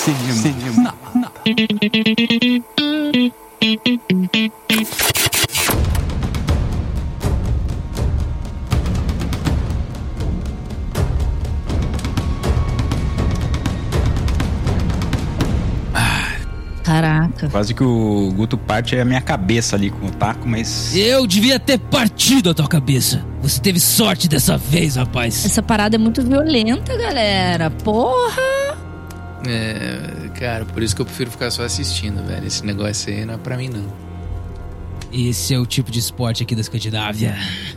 Cinema. Caraca. Quase que o Guto parte a minha cabeça ali com o taco, mas... Eu devia ter partido a tua cabeça. Você teve sorte dessa vez, rapaz. Essa parada é muito violenta, galera. Porra! Cara, por isso que eu prefiro ficar só assistindo, velho. Esse negócio aí não é pra mim, não. Esse é o tipo de esporte aqui da Escandinávia.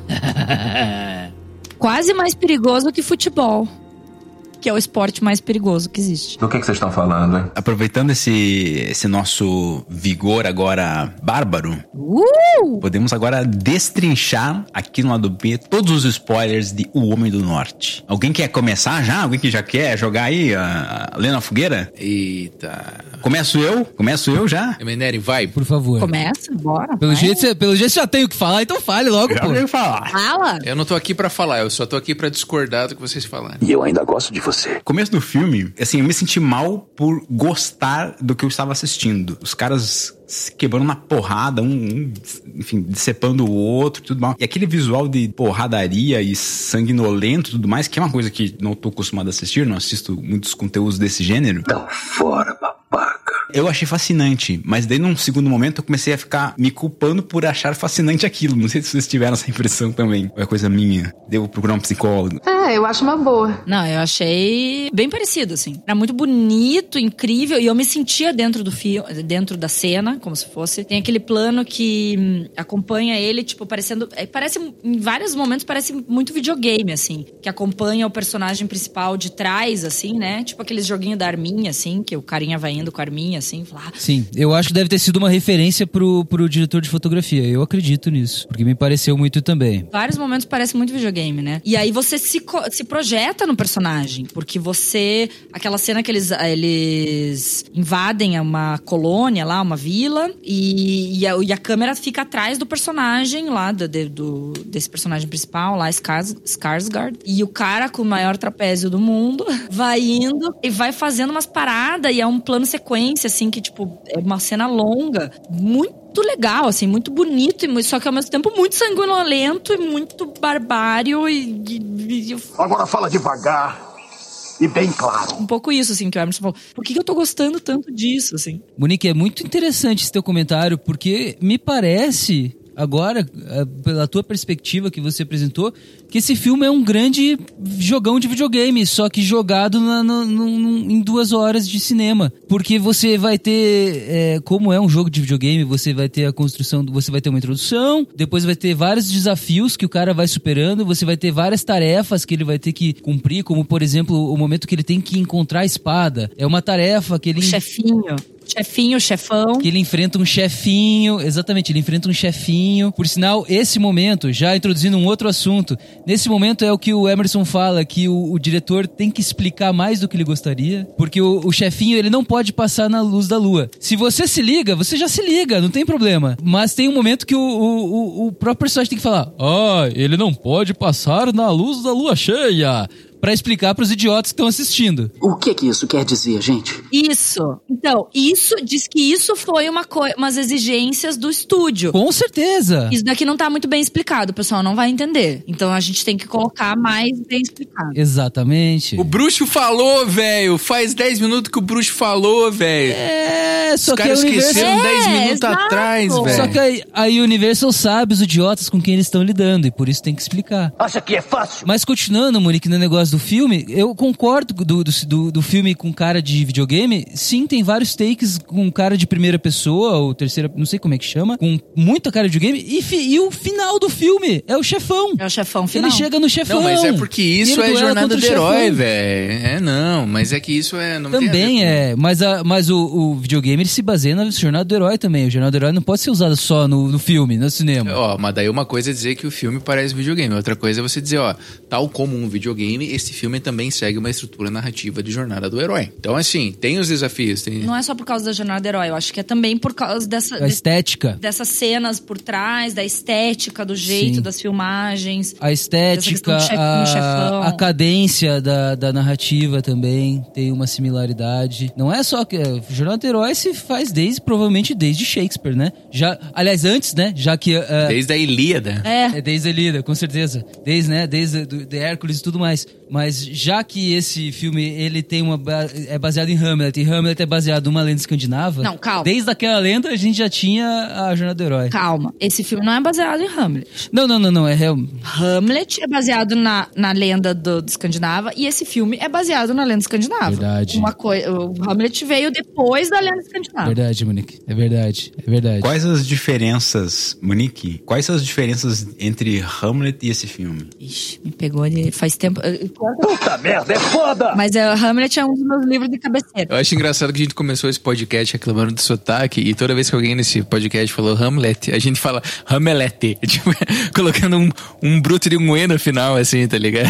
Quase mais perigoso que futebol, que é o esporte mais perigoso que existe. Do que vocês estão falando, hein? Aproveitando esse nosso vigor agora bárbaro, podemos agora destrinchar aqui no lado B todos os spoilers de O Homem do Norte. Alguém quer começar já? Alguém que já quer jogar aí a lenha na fogueira? Eita. Começo eu já? Emeneri, vai. Por favor. Começa, bora. Pelo jeito você já tem o que falar, então fale logo, Já pô. tenho que falar. Fala. Eu não tô aqui pra falar, eu só tô aqui pra discordar do que vocês falaram. E eu ainda gosto de você. Começo do filme, assim, eu me senti mal por gostar do que eu estava assistindo. Os caras se quebrando na porrada, enfim, decepando o outro, tudo mal. E aquele visual de porradaria e sanguinolento e tudo mais, que é uma coisa que não tô acostumado a assistir, não assisto muitos conteúdos desse gênero. Tá fora, babaca. Eu achei fascinante, mas daí num segundo momento eu comecei a ficar me culpando por achar fascinante aquilo. Não sei se vocês tiveram essa impressão também. Ou é coisa minha. Devo procurar um psicólogo. Eu acho uma boa. Não, eu achei bem parecido, assim. Era muito bonito, incrível, e eu me sentia dentro do filme, dentro da cena, como se fosse. Tem aquele plano que acompanha ele, tipo, parecendo... Parece, em vários momentos, parece muito videogame, assim. Que acompanha o personagem principal de trás, assim, né? Tipo aqueles joguinhos da arminha, assim, que o carinha vai indo com a arminha, assim, falar... Sim, eu acho que deve ter sido uma referência pro diretor de fotografia. Eu acredito nisso, porque me pareceu muito também. Vários momentos parece muito videogame, né? E aí você se projeta no personagem, porque você... Aquela cena que eles invadem uma colônia lá, uma vila, e a câmera fica atrás do personagem lá, desse personagem principal lá, Skarsgård. E o cara com o maior trapézio do mundo vai indo e vai fazendo umas paradas, e é um plano sequência, assim, que tipo, é uma cena longa, muito legal, assim, muito bonito, só que ao mesmo tempo muito sanguinolento e muito barbário Agora fala devagar e bem claro. um pouco isso, assim, que o Emerson falou. Por que eu tô gostando tanto disso, assim? Monique, é muito interessante esse teu comentário, porque me parece... Agora, pela tua perspectiva que você apresentou, que esse filme é um grande jogão de videogame, só que jogado em 2 horas de cinema. Porque você vai ter, como é um jogo de videogame, você vai ter a construção, você vai ter uma introdução, depois vai ter vários desafios que o cara vai superando, você vai ter várias tarefas que ele vai ter que cumprir, como, por exemplo, o momento que ele tem que encontrar a espada. É uma tarefa que ele... Chefão. Que ele enfrenta um chefinho, exatamente, ele enfrenta um chefinho. Por sinal, esse momento, já introduzindo um outro assunto, nesse momento é o que o Emerson fala, que o diretor tem que explicar mais do que ele gostaria, porque o chefinho, ele não pode passar na luz da lua. Se você se liga, você já se liga, não tem problema. Mas tem um momento que o próprio personagem tem que falar, ele não pode passar na luz da lua cheia, pra explicar pros idiotas que estão assistindo. O que isso quer dizer, gente? Isso. Então, diz que isso foi umas exigências do estúdio. Com certeza. Isso daqui não tá muito bem explicado, o pessoal não vai entender. Então a gente tem que colocar mais bem explicado. Exatamente. O bruxo falou, velho. Faz 10 minutos que o bruxo falou, velho. Só Os que caras a Universal... esqueceram 10 minutos atrás, velho. Só que a Universal sabe os idiotas com quem eles estão lidando, e por isso tem que explicar. Acha que é fácil? Mas continuando, Monique, no negócio do filme, eu concordo do filme com cara de videogame. Sim, tem vários takes com cara de primeira pessoa ou terceira, não sei como é que chama, com muita cara de videogame, e o final do filme é o chefão. É o chefão final. Ele chega no chefão. Não, mas é porque isso é jornada do herói, velho. Não, mas é que isso é... Não também mas o videogame, ele se baseia na jornada do herói também. O jornada do herói não pode ser usado só no filme, no cinema. Mas daí uma coisa é dizer que o filme parece videogame, outra coisa é você dizer, tal como um videogame, esse filme também segue uma estrutura narrativa de jornada do herói. Então, assim, tem os desafios. Tem... Não é só por causa da jornada do herói, eu acho que é também por causa A estética. dessas cenas por trás, da estética, do jeito, Sim. das filmagens. A estética, a cadência da narrativa também tem uma similaridade. Não é só que Jornada do Herói se faz provavelmente desde Shakespeare, né? Aliás, antes, né? Já que... Desde a Ilíada. É desde a Ilíada, com certeza. Desde de Hércules e tudo mais. Mas já que esse filme, ele tem é baseado em Hamlet, e Hamlet é baseado numa lenda escandinava... Não, calma. Desde aquela lenda, a gente já tinha a Jornada do Herói. Calma, esse filme não é baseado em Hamlet. Não, é real. Hamlet é baseado na lenda do escandinava, e esse filme é baseado na lenda escandinava. Verdade. O Hamlet veio depois da lenda escandinava. Verdade, Monique. É verdade. Quais as diferenças, Monique? Quais são as diferenças entre Hamlet e esse filme? Ixi, me pegou ali faz tempo. Puta merda, é foda! Mas Hamlet é um dos meus livros de cabeceira. Eu acho engraçado que a gente começou esse podcast reclamando do sotaque, e toda vez que alguém nesse podcast falou Hamlet, a gente fala Hamelete. Tipo, colocando um bruto de um E no final, assim, tá ligado?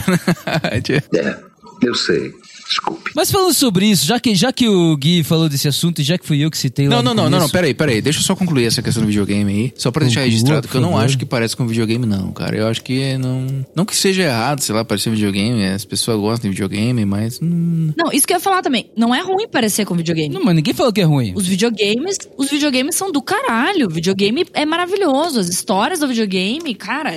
Eu sei. Desculpe. Mas falando sobre isso, já que o Gui falou desse assunto e já que fui eu que citei lá Não, peraí. Deixa eu só concluir essa questão do videogame aí. Só pra deixar registrado, que eu não acho que parece com videogame, não, cara. Eu acho que não que seja errado, sei lá, parecer videogame. As pessoas gostam de videogame, mas... Não, isso que eu ia falar também. Não é ruim parecer com videogame. Não, mas ninguém falou que é ruim. Os videogames são do caralho. O videogame é maravilhoso. As histórias do videogame, cara,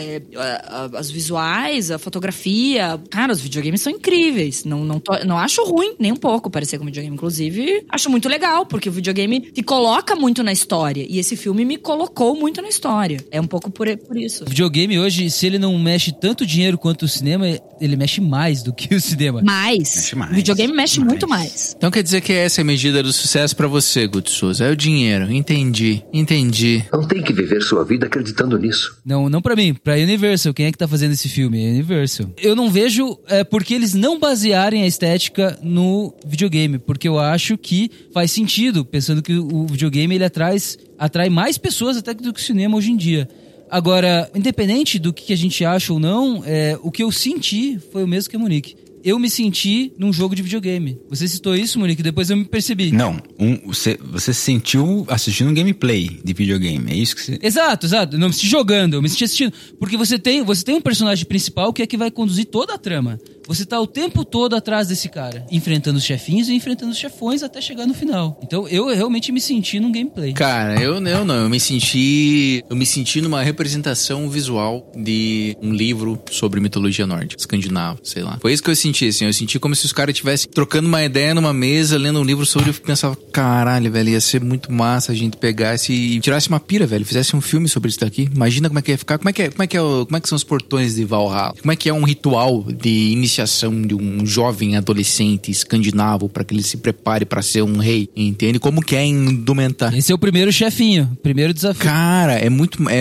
as visuais, a fotografia. Cara, os videogames são incríveis. Não acho ruim, nem um pouco, parecer com videogame. Inclusive, acho muito legal, porque o videogame te coloca muito na história. E esse filme me colocou muito na história. É um pouco por isso. O videogame hoje, se ele não mexe tanto dinheiro quanto o cinema, ele mexe mais do que o cinema. Mexe mais. O videogame mexe muito mais. Então quer dizer que essa é a medida do sucesso pra você, Guto Souza. É o dinheiro. Entendi. Não tem que viver sua vida acreditando nisso. Não pra mim, pra Universal. Quem é que tá fazendo esse filme? É Universal. Eu não vejo porque eles não basearem a estética no videogame, porque eu acho que faz sentido, pensando que o videogame ele atrai mais pessoas até do que o cinema hoje em dia. Agora, independente do que a gente acha ou não, o que eu senti foi o mesmo que a Monique. Eu me senti num jogo de videogame. Você citou isso, Monique? Depois eu me percebi. Não, você se sentiu assistindo um gameplay de videogame, é isso que você... Exato. Eu não me senti jogando, eu me senti assistindo. Porque você tem um personagem principal que é que vai conduzir toda a trama. Você tá o tempo todo atrás desse cara, enfrentando os chefinhos e enfrentando os chefões até chegar no final. Então eu realmente me senti num gameplay. Cara, eu não. Eu me senti numa representação visual de um livro sobre mitologia nórdica, escandinavo, sei lá. Foi isso que eu senti, assim. Eu senti como se os caras estivessem trocando uma ideia numa mesa, lendo um livro sobre... Eu pensava, caralho, velho, ia ser muito massa a gente pegasse e tirasse uma pira, velho. Fizesse um filme sobre isso daqui. Imagina como é que ia ficar. Como é que são os portões de Valhalla? Como é que é um ritual de iniciação de um jovem adolescente escandinavo para que ele se prepare para ser um rei, entende? Como que é indumentar. Esse é o primeiro chefinho, primeiro desafio. Cara, é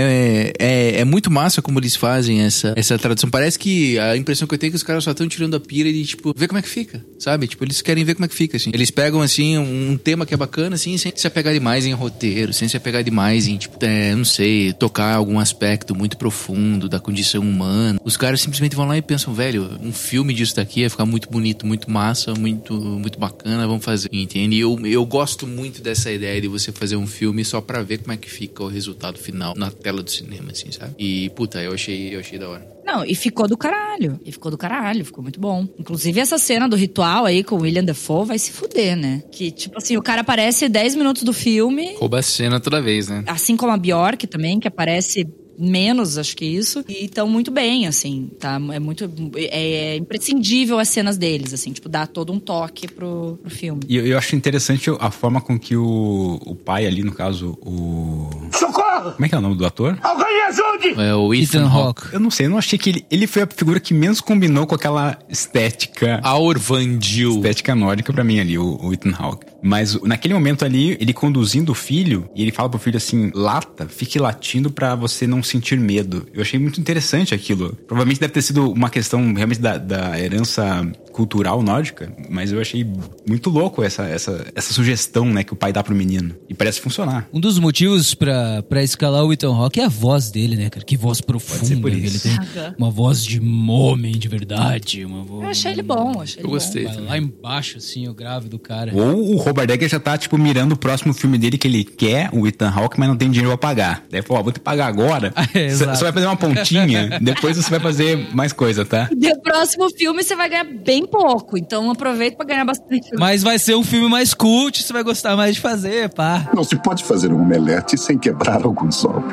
muito massa como eles fazem essa tradução. Parece que a impressão que eu tenho é que os caras só estão tirando a pira e, tipo, ver como é que fica, sabe? Tipo, eles querem ver como é que fica, assim. Eles pegam, assim, um tema que é bacana, assim, sem se apegar demais em roteiro, sem se apegar demais em, tipo, não sei, tocar algum aspecto muito profundo da condição humana. Os caras simplesmente vão lá e pensam, velho, um filme disso daqui ia ficar muito bonito, muito massa, muito bacana, vamos fazer, entende? E eu gosto muito dessa ideia de você fazer um filme só pra ver como é que fica o resultado final na tela do cinema, assim, sabe? E, puta, eu achei da hora. Não, e ficou do caralho. Ficou muito bom. Inclusive, essa cena do ritual aí com o William Dafoe vai se fuder, né? Que, tipo assim, o cara aparece 10 minutos do filme. Rouba a cena toda vez, né? Assim como a Bjork também, que aparece menos, acho que isso. E estão muito bem, assim, tá? É imprescindível as cenas deles, assim, tipo, dá todo um toque pro filme. E eu acho interessante a forma com que o pai ali, no caso, Socorro! Como é que é o nome do ator? Alguém ajude! É o Ethan Hawke. Eu não sei, eu não achei que ele foi a figura que menos combinou com aquela estética... Aurvandil. Estética nórdica pra mim ali, o Ethan Hawke. Mas naquele momento ali, ele conduzindo o filho, e ele fala pro filho assim, fique latindo pra você não sentir medo. Eu achei muito interessante aquilo. Provavelmente deve ter sido uma questão realmente da herança cultural nórdica, mas eu achei muito louco essa sugestão, né, que o pai dá pro menino. E parece funcionar. Um dos motivos pra escalar o Ethan Hawke é a voz dele, né, cara? Que voz profunda. Ele tem uma voz de homem de verdade. Eu achei ele bom, Eu gostei. Vai lá embaixo, assim, o grave do cara. Ou o Robert Eggers já tá, tipo, mirando o próximo filme dele que ele quer, o Ethan Hawke, mas não tem dinheiro pra pagar. Daí falou, vou te pagar agora. Você vai fazer uma pontinha, depois você vai fazer mais coisa, tá? E o próximo filme você vai ganhar bem pouco, então aproveita pra ganhar bastante. Mas vai ser um filme mais cult, você vai gostar mais de fazer, pá. Não se pode fazer um omelete sem quebrar alguns ovos.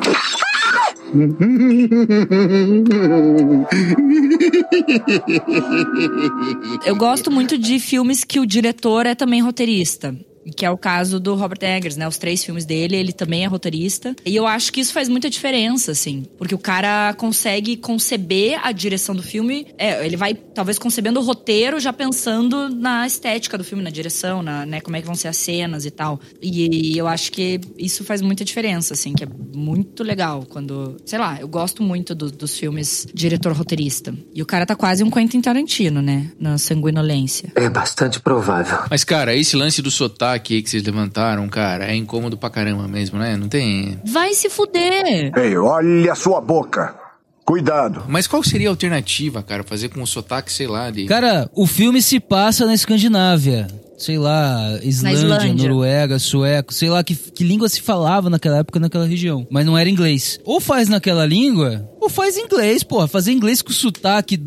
Eu gosto muito de filmes que o diretor é também roteirista. Que é o caso do Robert Eggers, né? Os 3 filmes dele, ele também é roteirista. E eu acho que isso faz muita diferença, assim. Porque o cara consegue conceber a direção do filme. Ele vai, talvez, concebendo o roteiro já pensando na estética do filme, na direção, né? Como é que vão ser as cenas e tal. E eu acho que isso faz muita diferença, assim. Que é muito legal quando... Sei lá, eu gosto muito dos filmes diretor-roteirista. E o cara tá quase um Quentin Tarantino, né? Na sanguinolência. É bastante provável. Mas, cara, esse lance do sotaque aí que vocês levantaram, cara, é incômodo pra caramba mesmo, né? Não tem... Vai se fuder! Ei, olha a sua boca. Cuidado. Mas qual seria a alternativa, cara? Fazer com o sotaque, sei lá, de... Cara, o filme se passa na Escandinávia. Sei lá, Islândia, Noruega, sueco, sei lá que língua se falava naquela época, naquela região. Mas não era inglês. Ou faz naquela língua, ou faz inglês, porra. Fazer inglês com o sotaque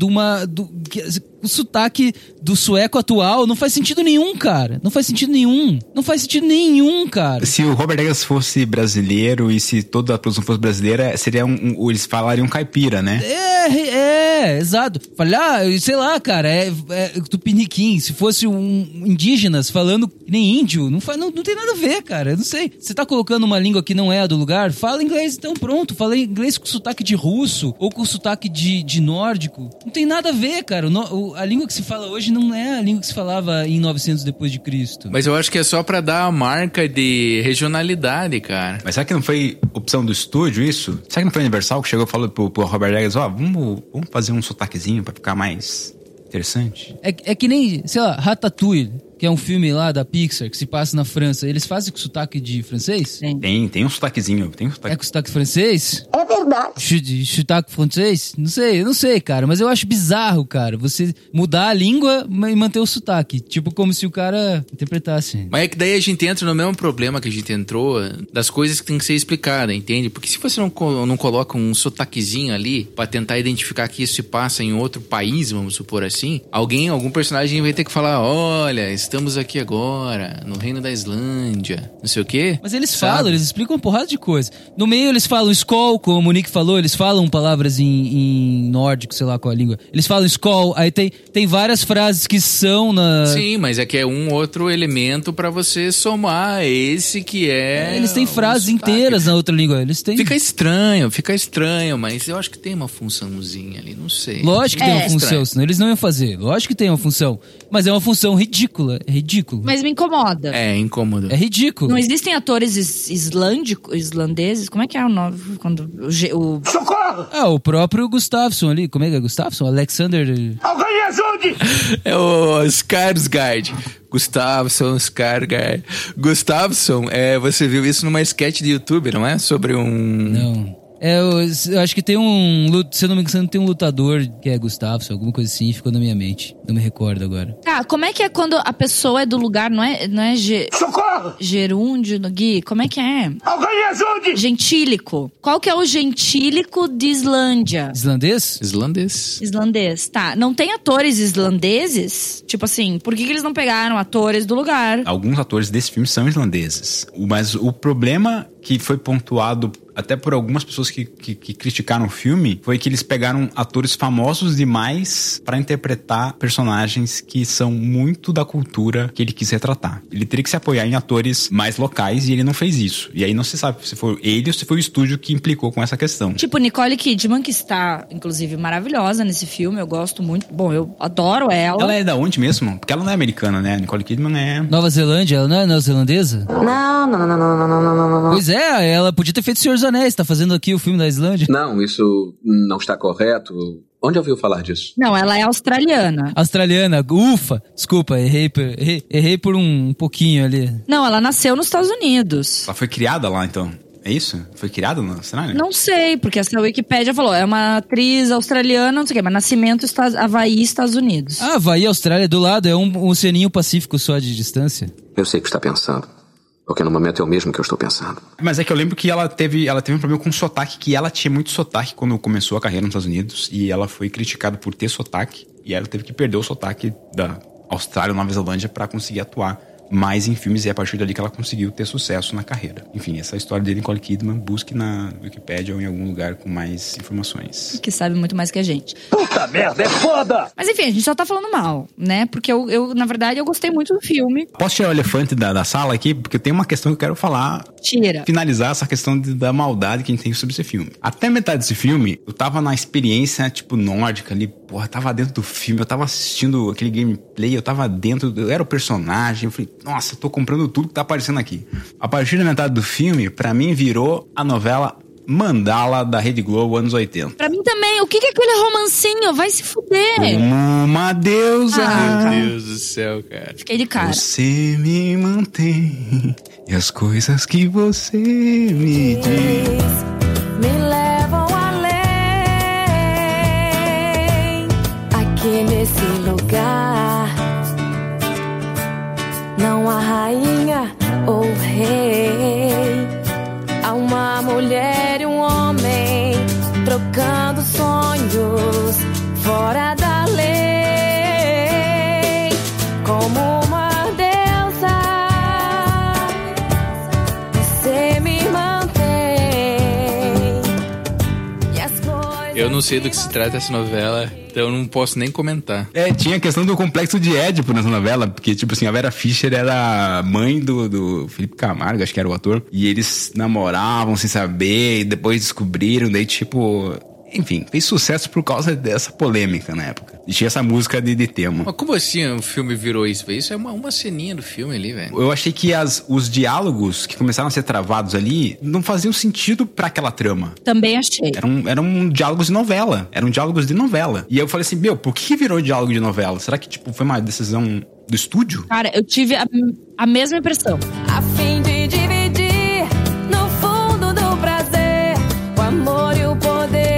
o sotaque do sueco atual não faz sentido nenhum, cara. Não faz sentido nenhum, cara. Se o Robert Eggers fosse brasileiro e se toda a produção fosse brasileira, seria eles falariam caipira, né? Exato. Falei, sei lá, cara, é tupiniquim. Se fosse indígenas falando nem índio, não tem nada a ver, cara. Eu não sei. Você tá colocando uma língua que não é a do lugar? Fala inglês, então pronto. Fala inglês com sotaque de russo ou com sotaque de nórdico. Não tem nada a ver, cara. A língua que se fala hoje não é a língua que se falava em 900 depois de Cristo. Mas eu acho que é só pra dar a marca de regionalidade, cara. Mas será que não foi opção do estúdio isso? Será que não foi a Universal que chegou e falou pro Robert Eggers, vamos fazer um sotaquezinho pra ficar mais interessante? É que nem, sei lá, Ratatouille, que é um filme lá da Pixar, que se passa na França. Eles fazem com sotaque de francês? Tem um sotaquezinho. É com sotaque francês? É verdade. Sotaque francês? Eu não sei, cara. Mas eu acho bizarro, cara, você mudar a língua e manter o sotaque. Tipo, como se o cara interpretasse. Mas é que daí a gente entra no mesmo problema que a gente entrou das coisas que tem que ser explicada, entende? Porque se você não coloca um sotaquezinho ali pra tentar identificar que isso se passa em outro país, vamos supor assim, algum personagem vai ter que falar, olha, estamos aqui agora, no reino da Islândia, não sei o quê. Mas eles falam, eles explicam uma porrada de coisa. No meio eles falam skol, como o Monique falou, eles falam palavras em nórdico, sei lá qual a língua. Eles falam skol, aí tem várias frases que são na... Sim, mas é que é um outro elemento pra você somar esse que é... Eles têm frases inteiras na outra língua, eles têm... Fica estranho, mas eu acho que tem uma funçãozinha ali, não sei. Lógico que tem uma função, senão eles não iam fazer. Lógico que tem uma função, mas é uma função ridícula. É ridículo. Mas me incomoda. É incômodo. É ridículo. Não existem atores islandeses? Como é que é o nome? Socorro! O próprio Gustafsson ali. Como é que é Gustafsson? Alexander... Alguém ajude! É o Skarsgård. Gustafsson, Skarsgård. Gustafsson, você viu isso numa sketch de YouTube, não é? Sobre um... Não. Eu acho que tem se eu não me engano, tem um lutador que é Gustafsson, alguma coisa assim, ficou na minha mente. Não me recordo agora. Tá, como é que é quando a pessoa é do lugar, não é Socorro! Gerúndio, Gui? Como é que é? Alguém ajude! Gentílico. Qual que é o gentílico de Islândia? Islandês? Islandês, tá. Não tem atores islandeses? Tipo assim, por que eles não pegaram atores do lugar? Alguns atores desse filme são islandeses. Mas o problema que foi pontuado até por algumas pessoas que criticaram o filme foi que eles pegaram atores famosos demais pra interpretar personagens que são muito da cultura que ele quis retratar. Ele teria que se apoiar em atores mais locais e ele não fez isso. E aí não se sabe se foi ele ou se foi o estúdio que implicou com essa questão. Tipo, Nicole Kidman, que está, inclusive, maravilhosa nesse filme. Eu gosto muito. Bom, eu adoro ela. Ela é da onde mesmo? Porque ela não é americana, né? Nicole Kidman é... Nova Zelândia, ela não é neozelandesa? Não. Pois é, ela podia ter feito Senhor dos Anéis, tá fazendo aqui o filme da Islândia. Não, isso não está correto. Onde ouviu falar disso? Não, ela é australiana. Australiana, ufa! Desculpa, errei por um pouquinho ali. Não, ela nasceu nos Estados Unidos. Ela foi criada lá, então. É isso? Foi criada na Austrália? Não sei, porque essa Wikipédia falou, é uma atriz australiana, não sei o quê, mas nascimento Havaí, Estados Unidos. Ah, Havaí, Austrália, do lado, é um oceaninho Pacífico só de distância. Eu sei o que está pensando. Porque no momento é o mesmo que eu estou pensando. Mas é que eu lembro que ela teve um problema com sotaque, que ela tinha muito sotaque quando começou a carreira nos Estados Unidos, e ela foi criticada por ter sotaque, e ela teve que perder o sotaque da Austrália ou Nova Zelândia pra conseguir atuar mais em filmes, e é a partir dali que ela conseguiu ter sucesso na carreira. Enfim, essa história de Nicole Kidman, busque na Wikipédia ou em algum lugar com mais informações. Que sabe muito mais que a gente. Puta merda, é foda! Mas enfim, a gente só tá falando mal, né? Porque eu na verdade, eu gostei muito do filme. Posso tirar o elefante da sala aqui? Porque tem uma questão que eu quero falar. Tira. Finalizar essa questão da maldade que a gente tem sobre esse filme. Até metade desse filme, eu tava na experiência, tipo, nórdica ali. Porra, eu tava dentro do filme, eu tava assistindo aquele gameplay, eu tava dentro, eu era o personagem. Eu falei, nossa, eu tô comprando tudo que tá aparecendo aqui. A partir da metade do filme, pra mim, virou a novela Mandala da Rede Globo, anos 80. Pra mim também, o que é aquele romancinho? Vai se fuder. Como uma deusa. Meu Deus do céu, cara. Fiquei de cara. Você me mantém e as coisas que você me diz Me levam além. Aqui nesse lugar não há rainha ou rei. Há uma mulher e um homem trocando sonhos fora da lei. Como uma deusa, você me mantém. E as coisas. Eu não sei do que se trata essa novela, então eu não posso nem comentar. Tinha a questão do complexo de Édipo nessa novela, porque, tipo assim, a Vera Fischer era mãe do Felipe Camargo, acho que era o ator, e eles namoravam sem saber, e depois descobriram, daí, tipo... Enfim, fez sucesso por causa dessa polêmica na época. E tinha essa música de tema. Mas como assim o filme virou isso, velho? Isso é uma ceninha do filme ali, velho. Eu achei que os diálogos que começaram a ser travados ali não faziam sentido pra aquela trama. Também achei. Eram diálogos de novela. Eram diálogos de novela. E aí eu falei assim, por que virou diálogo de novela? Será que, tipo, foi uma decisão do estúdio? Cara, eu tive a mesma impressão. A fim de dividir no fundo do prazer o amor e o poder.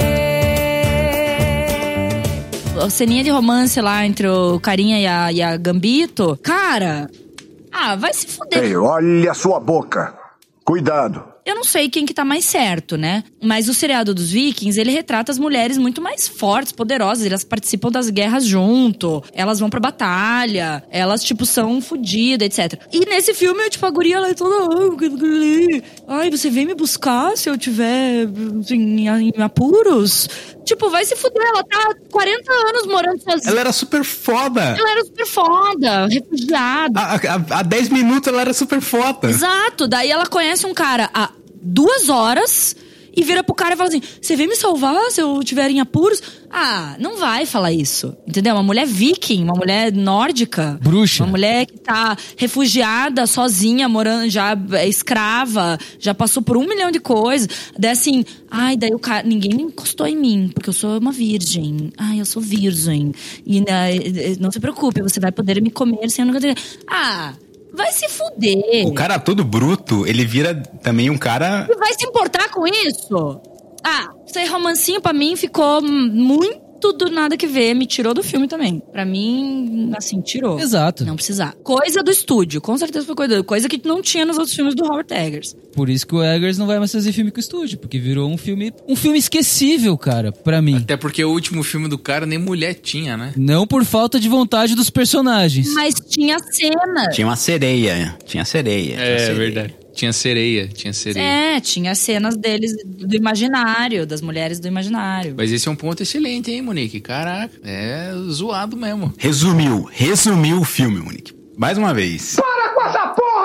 A ceninha de romance lá entre o Carinha e a Gambito. Cara, vai se fuder. Ei, olha a sua boca. Cuidado. Eu não sei quem que tá mais certo, né? Mas o seriado dos Vikings, ele retrata as mulheres muito mais fortes, poderosas. Elas participam das guerras junto. Elas vão pra batalha. Elas, tipo, são fodidas, etc. E nesse filme, a guria, ela é toda... Ai, você vem me buscar se eu tiver em apuros? Tipo, vai se fuder. Ela tá 40 anos morando sozinha. Ela era super foda. Refugiada. Há 10 minutos ela era super foda. Exato. Daí ela conhece um cara há 2 horas e vira pro cara e fala assim, você vem me salvar se eu tiver em apuros? Não vai falar isso, entendeu? Uma mulher viking, uma mulher nórdica. Bruxa. Uma mulher que tá refugiada, sozinha, morando, já escrava, já passou por 1 milhão de coisas. Daí assim, daí o cara, ninguém me encostou em mim, porque eu sou uma virgem. Eu sou virgem. E não se preocupe, você vai poder me comer sem eu nunca ter... Vai se fuder. O cara todo bruto, ele vira também um cara... Você vai se importar com isso? Esse romancinho pra mim ficou muito do nada que ver. Me tirou do filme também. Pra mim, assim, tirou. Exato. Não precisar. Coisa do estúdio. Com certeza foi coisa que não tinha nos outros filmes do Robert Eggers. Por isso que o Eggers não vai mais fazer filme com o estúdio. Porque virou um filme esquecível, cara, pra mim. Até porque o último filme do cara nem mulher tinha, né? Não por falta de vontade dos personagens. Mas tinha cena. Tinha uma sereia. Verdade. Tinha sereia. Tinha cenas deles do imaginário, das mulheres do imaginário. Mas esse é um ponto excelente, hein, Monique? Caraca, é zoado mesmo. Resumiu o filme, Monique. Mais uma vez. Para com essa porra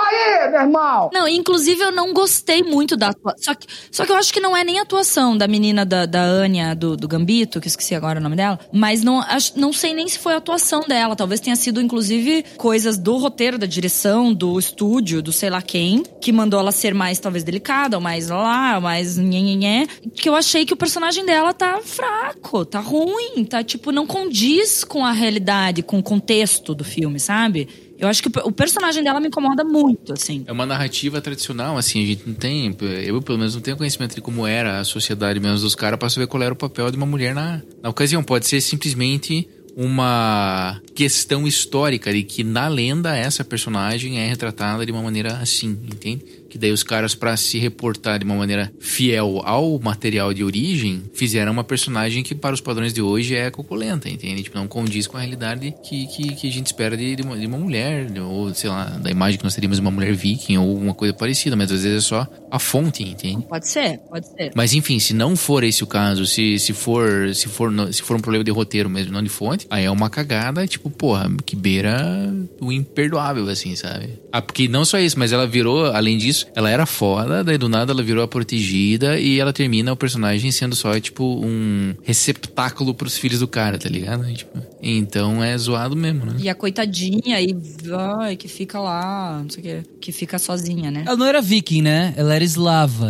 aí, meu irmão! Não, inclusive eu não gostei muito da atuação. Só que eu acho que não é nem a atuação da menina da Anya, do Gambito, que eu esqueci agora o nome dela. Mas não sei nem se foi a atuação dela. Talvez tenha sido, inclusive, coisas do roteiro, da direção, do estúdio, do sei lá quem, que mandou ela ser mais, talvez, delicada, ou mais mais nhenhenhé. Que eu achei que o personagem dela tá fraco, tá ruim, tá, tipo, não condiz com a realidade, com o contexto do filme, sabe? Eu acho que o personagem dela me incomoda muito, assim. É uma narrativa tradicional, assim, a gente não tem... Eu, pelo menos, não tenho conhecimento de como era a sociedade mesmo dos caras pra saber qual era o papel de uma mulher na ocasião. Pode ser simplesmente uma questão histórica de que na lenda essa personagem é retratada de uma maneira assim, entende? Que daí os caras, pra se reportar de uma maneira fiel ao material de origem, fizeram uma personagem que para os padrões de hoje é coculenta, entende? Tipo, não condiz com a realidade que a gente espera de uma mulher, ou sei lá, da imagem que nós teríamos de uma mulher viking ou uma coisa parecida, mas às vezes é só a fonte, entende? Pode ser. Mas enfim, se não for esse o caso, se for um problema de roteiro mesmo, não de fonte, aí é uma cagada, tipo, porra, que beira o imperdoável, assim, sabe? Porque não só isso, mas ela virou, além disso, ela era foda, daí do nada ela virou a protegida e ela termina o personagem sendo só, tipo, um receptáculo pros filhos do cara, tá ligado? Tipo, então é zoado mesmo, né? E a coitadinha que fica lá, não sei o quê, que fica sozinha, né? Ela não era viking, né? Ela era eslava,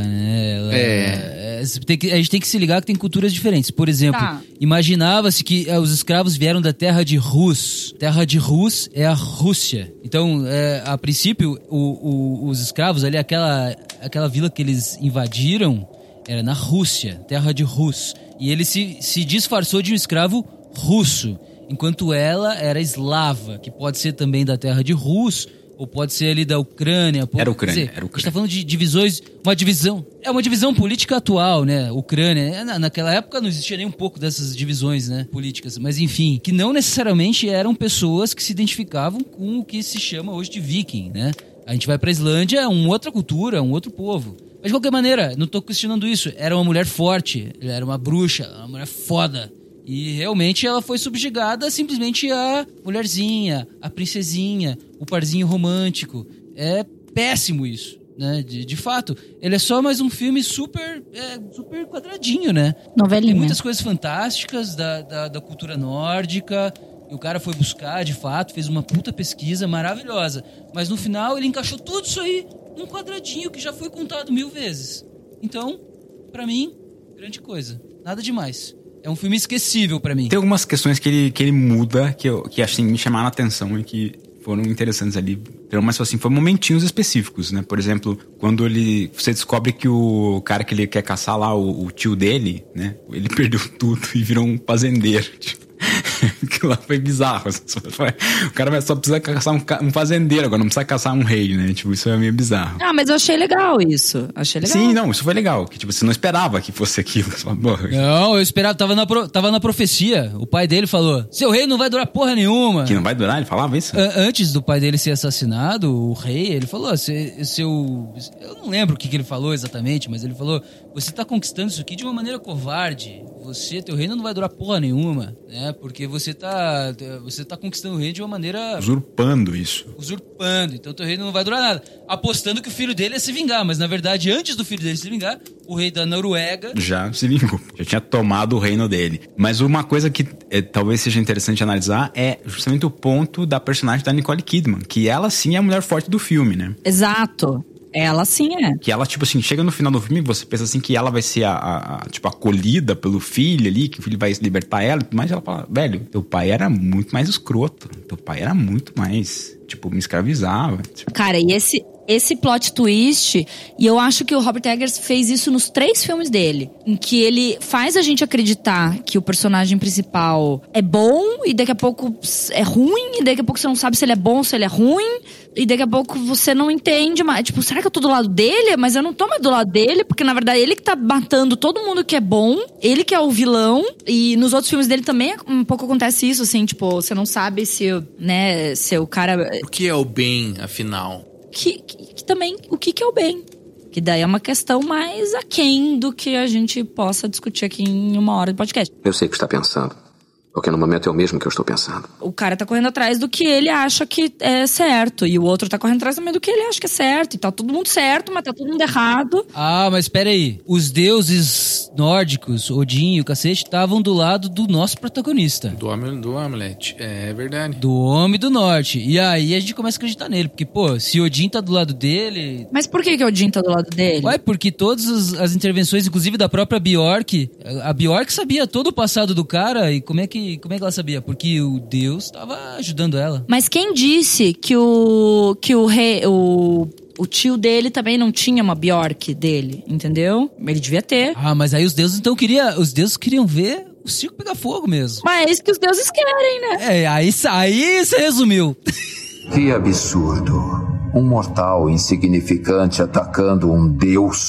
né? A gente tem que se ligar que tem culturas diferentes. Por exemplo, imaginava-se que os escravos vieram da terra de Rus. Terra de Rus é a Rússia. Então, a princípio, os escravos ali, aquela vila que eles invadiram, era na Rússia, terra de Rus. E ele se disfarçou de um escravo russo, enquanto ela era eslava, que pode ser também da terra de Rus, ou pode ser ali da Ucrânia. Era Ucrânia. A gente tá falando de divisões, uma divisão política atual, né? Ucrânia, naquela época não existia nem um pouco dessas divisões, né? Políticas, mas enfim, que não necessariamente eram pessoas que se identificavam com o que se chama hoje de viking, né? A gente vai pra Islândia, é uma outra cultura, um outro povo. Mas de qualquer maneira, não tô questionando isso. Era uma mulher forte, ela era uma bruxa, uma mulher foda. E realmente ela foi subjugada simplesmente a mulherzinha, a princesinha, o parzinho romântico. É péssimo isso, né? De fato, ele é só mais um filme super quadradinho, né? Novelinha. Tem muitas coisas fantásticas da cultura nórdica. E o cara foi buscar, de fato, fez uma puta pesquisa maravilhosa. Mas no final ele encaixou tudo isso aí num quadradinho que já foi contado 1000 vezes. Então, pra mim, grande coisa. Nada demais. É um filme esquecível pra mim. Tem algumas questões que ele muda, que assim, me chamaram a atenção e que foram interessantes ali. Mas assim, foram momentinhos específicos, né? Por exemplo, quando você descobre que o cara que ele quer caçar lá, o tio dele, né? Ele perdeu tudo e virou um fazendeiro, tipo. Aquilo lá foi bizarro. O cara só precisa caçar um fazendeiro agora, não precisa caçar um rei, né? Tipo, isso é meio bizarro. Mas eu achei legal isso. Sim, não, isso foi legal. Que tipo, você não esperava que fosse aquilo. Não, eu esperava, tava na profecia. O pai dele falou: seu rei não vai durar porra nenhuma. Que não vai durar? Ele falava isso? Antes do pai dele ser assassinado, o rei, ele falou: eu não lembro o que ele falou exatamente, mas ele falou: você tá conquistando isso aqui de uma maneira covarde. Teu reino não vai durar porra nenhuma, né? Porque você tá conquistando o reino de uma maneira... Usurpando isso. Então teu reino não vai durar nada. Apostando que o filho dele ia se vingar, mas na verdade, antes do filho dele se vingar, o rei da Noruega... Já se vingou. Já tinha tomado o reino dele. Mas uma coisa que talvez seja interessante analisar é justamente o ponto da personagem da Nicole Kidman, que ela sim é a mulher forte do filme, né? Exato. Ela sim é. Que ela, tipo assim, chega no final do filme e você pensa assim que ela vai ser tipo, acolhida pelo filho ali, que o filho vai libertar ela, mas ela fala, velho, teu pai era muito mais escroto. Teu pai era muito mais, tipo, me escravizava. Tipo. Cara, e esse plot twist, e eu acho que o Robert Eggers fez isso nos 3 filmes dele, em que ele faz a gente acreditar que o personagem principal é bom e daqui a pouco é ruim, e daqui a pouco você não sabe se ele é bom ou se ele é ruim, e daqui a pouco você não entende mais. Tipo, será que eu tô do lado dele? Mas eu não tô mais do lado dele, porque na verdade ele que tá matando todo mundo que é bom, ele que é o vilão, e nos outros filmes dele também um pouco acontece isso, assim, tipo, você não sabe se o cara... O que é o bem, afinal? Que também, o que é o bem? Que daí é uma questão mais aquém do que a gente possa discutir aqui em 1 hora de podcast. Eu sei o que está pensando. O que no momento é o mesmo que eu estou pensando. O cara tá correndo atrás do que ele acha que é certo. E o outro tá correndo atrás também do que ele acha que é certo. E tá todo mundo certo, mas tá todo mundo errado. Ah, mas pera aí. Os deuses nórdicos, Odin e o cacete, estavam do lado do nosso protagonista. Do Hamlet. É verdade. Do Homem do Norte. E aí a gente começa a acreditar nele. Porque, pô, se Odin tá do lado dele... Mas por que o Odin tá do lado dele? Ué, porque todas as intervenções, inclusive da própria Bjork, a Bjork sabia todo o passado do cara. E como é que ela sabia? Porque o Deus tava ajudando ela. Mas quem disse que o rei... O tio dele também não tinha uma Bjork dele, entendeu? Ele devia ter. Ah, mas aí os deuses então queriam ver o circo pegar fogo mesmo. Mas é isso que os deuses querem, né? É, aí você resumiu. Que absurdo. Um mortal insignificante atacando um deus.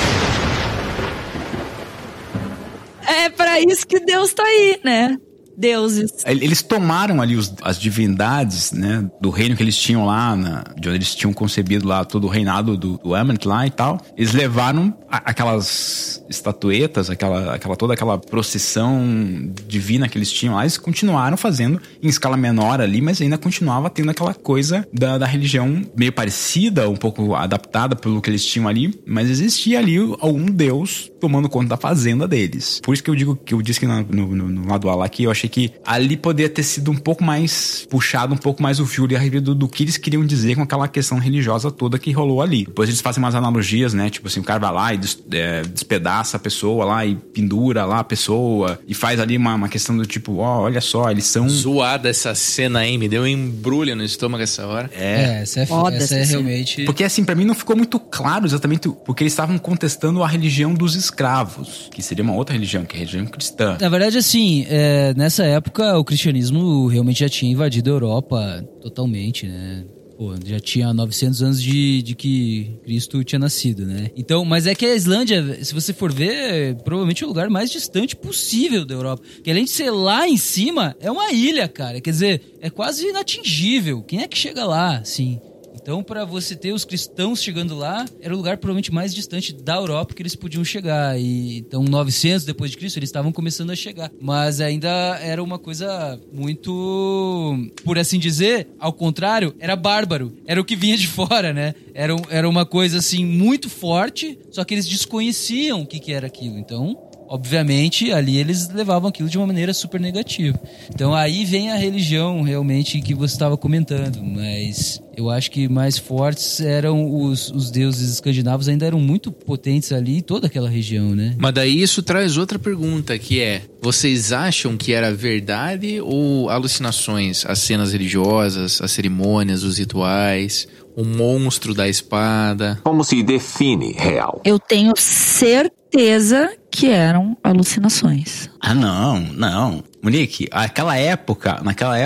É pra isso que Deus tá aí, né? Deuses. Eles tomaram ali as divindades, né, do reino que eles tinham lá, de onde eles tinham concebido lá todo o reinado do Hamlet lá e tal. Eles levaram aquelas estatuetas, toda aquela procissão divina que eles tinham lá, eles continuaram fazendo em escala menor ali, mas ainda continuava tendo aquela coisa da religião meio parecida, um pouco adaptada pelo que eles tinham ali, mas existia ali algum deus tomando conta da fazenda deles. Por isso que eu disse que no lado A lá que eu achei que ali poderia ter sido um pouco mais puxado, um pouco mais o fio a respeito do que eles queriam dizer com aquela questão religiosa toda que rolou ali. Depois eles fazem umas analogias, né? Tipo assim, o cara vai lá e despedaça a pessoa lá e pendura lá a pessoa e faz ali uma questão do tipo, olha só, eles são... Zoada essa cena aí, me deu um embrulho no estômago essa hora. Essa é realmente... Porque assim, pra mim não ficou muito claro exatamente porque eles estavam contestando a religião dos escravos, que seria uma outra religião, que é a religião cristã. Na verdade, assim, nessa época o cristianismo realmente já tinha invadido a Europa totalmente, né? Pô, já tinha 900 anos de que Cristo tinha nascido, né? Então, mas é que a Islândia, se você for ver, provavelmente é o lugar mais distante possível da Europa. Que além de ser lá em cima, é uma ilha, cara. Quer dizer, é quase inatingível. Quem é que chega lá, assim? Então, para você ter os cristãos chegando lá, era o lugar provavelmente mais distante da Europa que eles podiam chegar. E então, 900 depois de Cristo, eles estavam começando a chegar. Mas ainda era uma coisa muito, por assim dizer, ao contrário, era bárbaro. Era o que vinha de fora, né? Era uma coisa assim muito forte, só que eles desconheciam o que era aquilo. Então, obviamente, ali eles levavam aquilo de uma maneira super negativa. Então aí vem a religião realmente que você estava comentando, mas eu acho que mais fortes eram os deuses escandinavos, ainda eram muito potentes ali em toda aquela região, né? Mas daí isso traz outra pergunta, que é: vocês acham que era verdade ou alucinações? As cenas religiosas, as cerimônias, os rituais, o monstro da espada? Como se define real? Eu tenho certeza que eram alucinações. Ah, não. Monique, naquela época,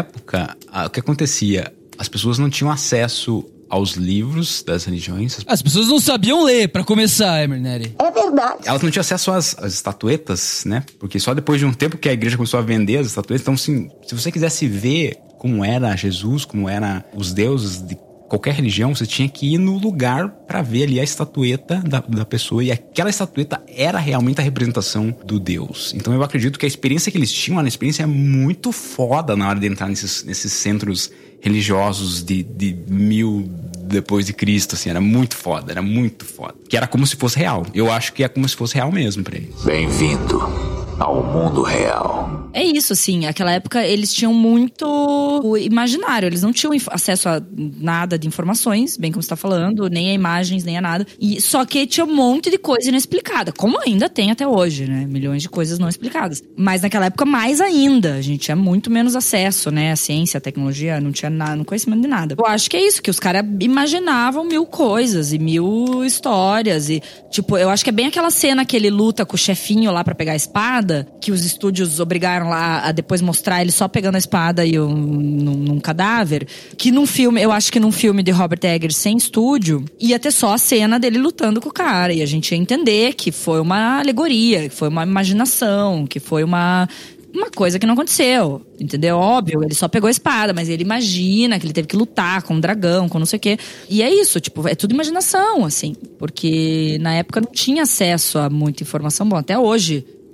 o que acontecia? As pessoas não tinham acesso aos livros das religiões. As pessoas não sabiam ler, pra começar, Emernery. É verdade. Elas não tinham acesso às estatuetas, né? Porque só depois de um tempo que a igreja começou a vender as estatuetas. Então, assim, se você quisesse ver como era Jesus, como eram os deuses de qualquer religião, você tinha que ir no lugar pra ver ali a estatueta da pessoa, e aquela estatueta era realmente a representação do Deus. Então eu acredito que a experiência que eles tinham era uma experiência muito foda na hora de entrar nesses centros religiosos de 1000 depois de Cristo, assim, era muito foda. Que era como se fosse real. Eu acho que é como se fosse real mesmo pra eles. Bem-vindo ao mundo real. É isso, assim, naquela época eles tinham muito imaginário, eles não tinham acesso a nada de informações, bem como você tá falando, nem a imagens, nem a nada. E só que tinha um monte de coisa inexplicada, como ainda tem até hoje, né? Milhões de coisas não explicadas. Mas naquela época mais ainda, a gente tinha muito menos acesso, né? A ciência, a tecnologia, não tinha nada, não conhecimento de nada. Eu acho que é isso, que os caras imaginavam 1000 coisas e 1000 histórias e, tipo, eu acho que é bem aquela cena que ele luta com o chefinho lá pra pegar a espada, que os estúdios obrigaram lá a depois mostrar ele só pegando a espada e num cadáver, que num filme, eu acho que num filme de Robert Eggers sem estúdio, ia ter só a cena dele lutando com o cara, e a gente ia entender que foi uma alegoria, que foi uma imaginação, que foi uma coisa que não aconteceu, entendeu? Óbvio, ele só pegou a espada, mas ele imagina que ele teve que lutar com um dragão, com não sei o quê. E é isso, tipo, é tudo imaginação, assim. Porque na época não tinha acesso a muita informação. Bom, até hoje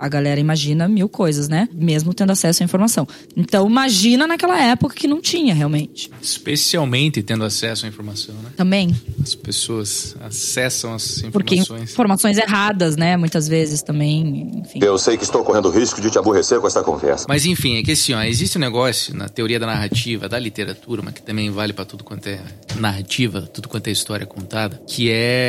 a galera imagina 1000 coisas, né? Mesmo tendo acesso à informação. Então, imagina naquela época que não tinha, realmente. Especialmente tendo acesso à informação, né? Também. As pessoas acessam as informações. Porque informações erradas, né? Muitas vezes também, enfim. Eu sei que estou correndo risco de te aborrecer com essa conversa. Mas enfim, é que assim, ó, existe um negócio na teoria da narrativa, da literatura, mas que também vale pra tudo quanto é narrativa, tudo quanto é história contada, que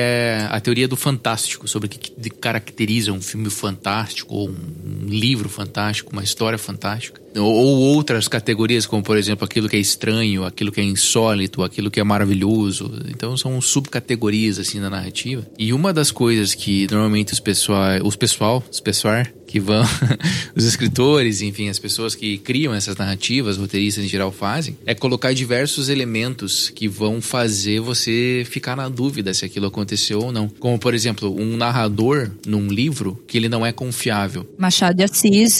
é a teoria do fantástico, sobre o que caracteriza um filme fantástico, ou um livro fantástico, uma história fantástica. Ou outras categorias, como por exemplo aquilo que é estranho, aquilo que é insólito, aquilo que é maravilhoso. Então são subcategorias assim da narrativa. E uma das coisas que normalmente os pessoal que vão, os escritores, enfim, as pessoas que criam essas narrativas, roteiristas em geral fazem, é colocar diversos elementos que vão fazer você ficar na dúvida se aquilo aconteceu ou não. Como, por exemplo, um narrador num livro que ele não é confiável. Machado de Assis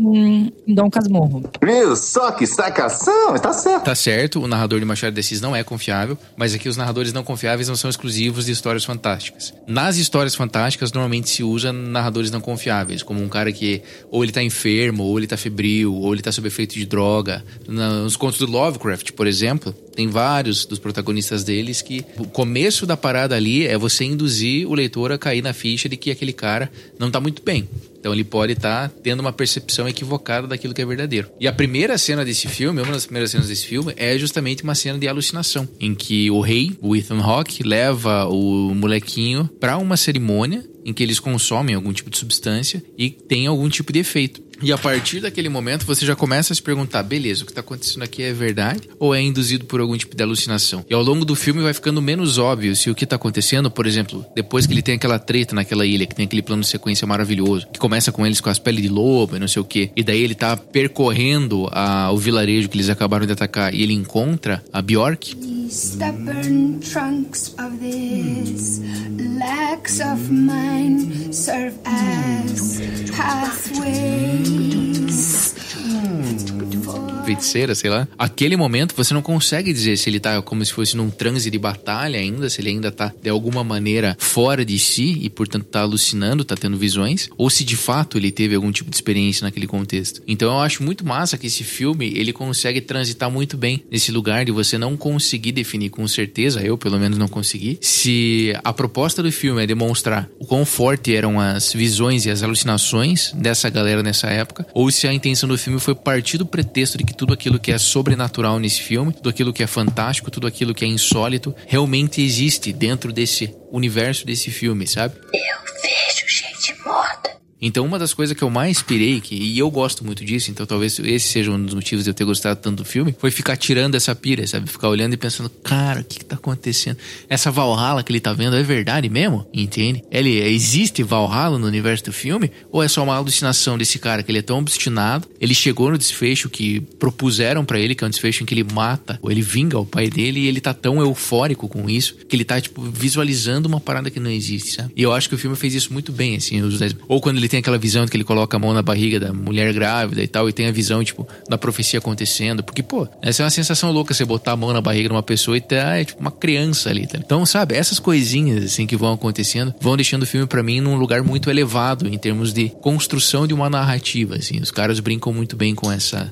em Dom Casmurro. Viu só que sacação? Tá certo. Tá certo, o narrador de Machado de Assis não é confiável, mas aqui os narradores não confiáveis não são exclusivos de histórias fantásticas. Nas histórias fantásticas, normalmente se usa narradores não confiáveis, como um cara que ou ele tá enfermo, ou ele tá febril, ou ele tá sob efeito de droga. Nos contos do Lovecraft, por exemplo, tem vários dos protagonistas deles que o começo da parada ali é você induzir o leitor a cair na ficha de que aquele cara não tá muito bem. Então ele pode estar tendo uma percepção equivocada daquilo que é verdadeiro. E a primeira cena desse filme, uma das primeiras cenas desse filme, é justamente uma cena de alucinação, em que o rei, o Ethan Hawke, leva o molequinho pra uma cerimônia em que eles consomem algum tipo de substância e tem algum tipo de efeito. E a partir daquele momento você já começa a se perguntar, beleza, o que está acontecendo aqui é verdade ou é induzido por algum tipo de alucinação? E ao longo do filme vai ficando menos óbvio se o que está acontecendo, por exemplo, depois que ele tem aquela treta naquela ilha, que tem aquele plano de sequência maravilhoso, que começa com eles com as peles de lobo e não sei o quê, e daí ele tá percorrendo o vilarejo que eles acabaram de atacar e ele encontra a Bjork. Stubborn trunks of this legs of mine serve as pathways. Feiticeira, sei lá. Aquele momento você não consegue dizer se ele tá como se fosse num transe de batalha ainda, se ele ainda tá de alguma maneira fora de si e portanto tá alucinando, tá tendo visões, ou se de fato ele teve algum tipo de experiência naquele contexto. Então eu acho muito massa que esse filme, ele consegue transitar muito bem nesse lugar de você não conseguir definir com certeza, eu pelo menos não consegui, se a proposta do filme é demonstrar o quão forte eram as visões e as alucinações dessa galera nessa época, ou se a intenção do filme foi partir do pretexto de que tudo aquilo que é sobrenatural nesse filme, tudo aquilo que é fantástico, tudo aquilo que é insólito, realmente existe dentro desse universo desse filme, sabe? Eu vejo gente morta. Então uma das coisas que eu mais pirei, e eu gosto muito disso, então talvez esse seja um dos motivos de eu ter gostado tanto do filme, foi ficar tirando essa pira, sabe? Ficar olhando e pensando, cara, o que tá acontecendo? Essa Valhalla que ele tá vendo é verdade mesmo? Entende? Existe Valhalla no universo do filme? Ou é só uma alucinação desse cara que ele é tão obstinado, ele chegou no desfecho que propuseram pra ele, que é um desfecho em que ele mata, ou ele vinga o pai dele, e ele tá tão eufórico com isso, que ele tá, tipo, visualizando uma parada que não existe, sabe? E eu acho que o filme fez isso muito bem, assim, ou quando ele tem aquela visão de que ele coloca a mão na barriga da mulher grávida e tal, e tem a visão, tipo, da profecia acontecendo, porque, pô, essa é uma sensação louca, você botar a mão na barriga de uma pessoa e tá, tipo, uma criança ali, tá? Então, sabe, essas coisinhas, assim, que vão acontecendo, vão deixando o filme pra mim num lugar muito elevado, em termos de construção de uma narrativa, assim, os caras brincam muito bem com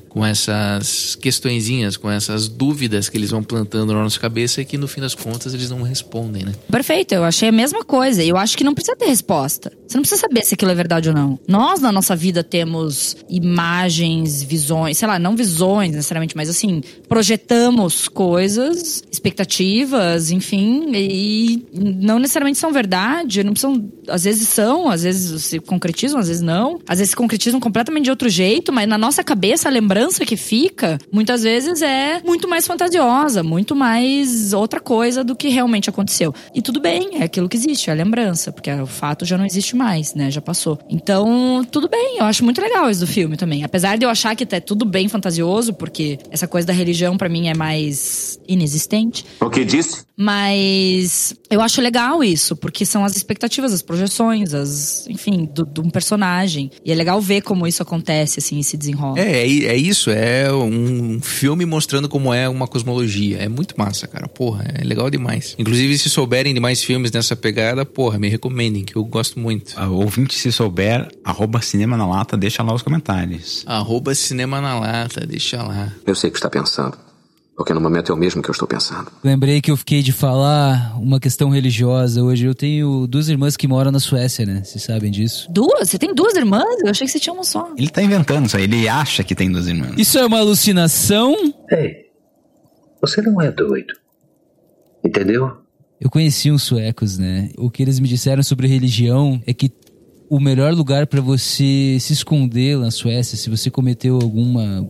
essas questõezinhas, com essas dúvidas que eles vão plantando na nossa cabeça e que, no fim das contas, eles não respondem, né? Perfeito, eu achei a mesma coisa, e eu acho que não precisa ter resposta. Você não precisa saber se aquilo é verdade ou não. Nós, na nossa vida, temos imagens, visões, sei lá, não visões necessariamente, mas assim, projetamos coisas, expectativas, enfim, e não necessariamente são verdade, não são, às vezes se concretizam, às vezes não. Às vezes se concretizam completamente de outro jeito, mas na nossa cabeça a lembrança que fica, muitas vezes é muito mais fantasiosa, muito mais outra coisa do que realmente aconteceu. E tudo bem, é aquilo que existe, é a lembrança, porque o fato já não existe mais, né, já passou. Então, tudo bem, eu acho muito legal isso do filme também. Apesar de eu achar que é tudo bem fantasioso, porque essa coisa da religião pra mim é mais inexistente. O que disse? Mas eu acho legal isso, porque são as expectativas, as projeções, enfim, de um personagem. E é legal ver como isso acontece, assim, e se desenrola. É isso, é um filme mostrando como é uma cosmologia. É muito massa, cara, porra, é legal demais. Inclusive, se souberem de mais filmes nessa pegada, porra, me recomendem, que eu gosto muito. Ouvintes, se souberem souber, @cinemanalata, deixa lá os comentários. @cinemanalata, deixa lá. Eu sei o que está pensando. Porque no momento é o mesmo que eu estou pensando. Lembrei que eu fiquei de falar uma questão religiosa hoje. Eu tenho 2 irmãs que moram na Suécia, né? Vocês sabem disso? 2? Você tem 2 irmãs? Eu achei que você tinha uma só. Ele tá inventando isso aí, ele acha que tem 2 irmãs. Isso é uma alucinação? Ei, você não é doido. Entendeu? Eu conheci uns suecos, né? O que eles me disseram sobre religião é que o melhor lugar pra você se esconder na Suécia, se você cometeu algum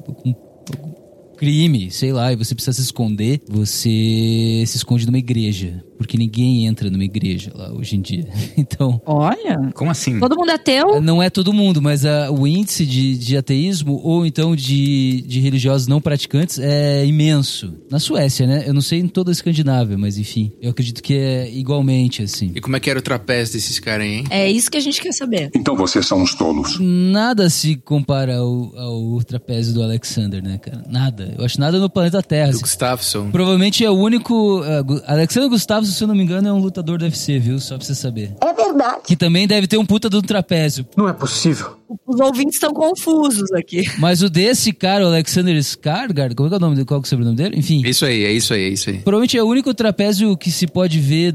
crime, sei lá, e você precisa se esconder, você se esconde numa igreja. Porque ninguém entra numa igreja lá hoje em dia. Então... Olha... Como assim? Todo mundo é ateu? Não é todo mundo, mas o índice de ateísmo ou então de religiosos não praticantes é imenso. Na Suécia, né? Eu não sei em toda a Escandinávia, mas enfim. Eu acredito que é igualmente, assim. E como é que era o trapézio desses caras aí, hein? É isso que a gente quer saber. Então vocês são uns tolos. Nada se compara ao trapézio do Alexander, né, cara? Nada. Eu acho nada no planeta Terra. Do Gustafsson. Provavelmente é o único... Alexander Gustafsson, se eu não me engano, é um lutador do UFC, viu? Só pra você saber. É verdade. Que também deve ter um puta do trapézio. Não é possível. Os ouvintes estão confusos aqui. Mas o desse cara, o Alexander Skarsgård, qual é o nome dele? Qual é o sobrenome dele? Enfim. É isso aí. Provavelmente é o único trapézio que se pode ver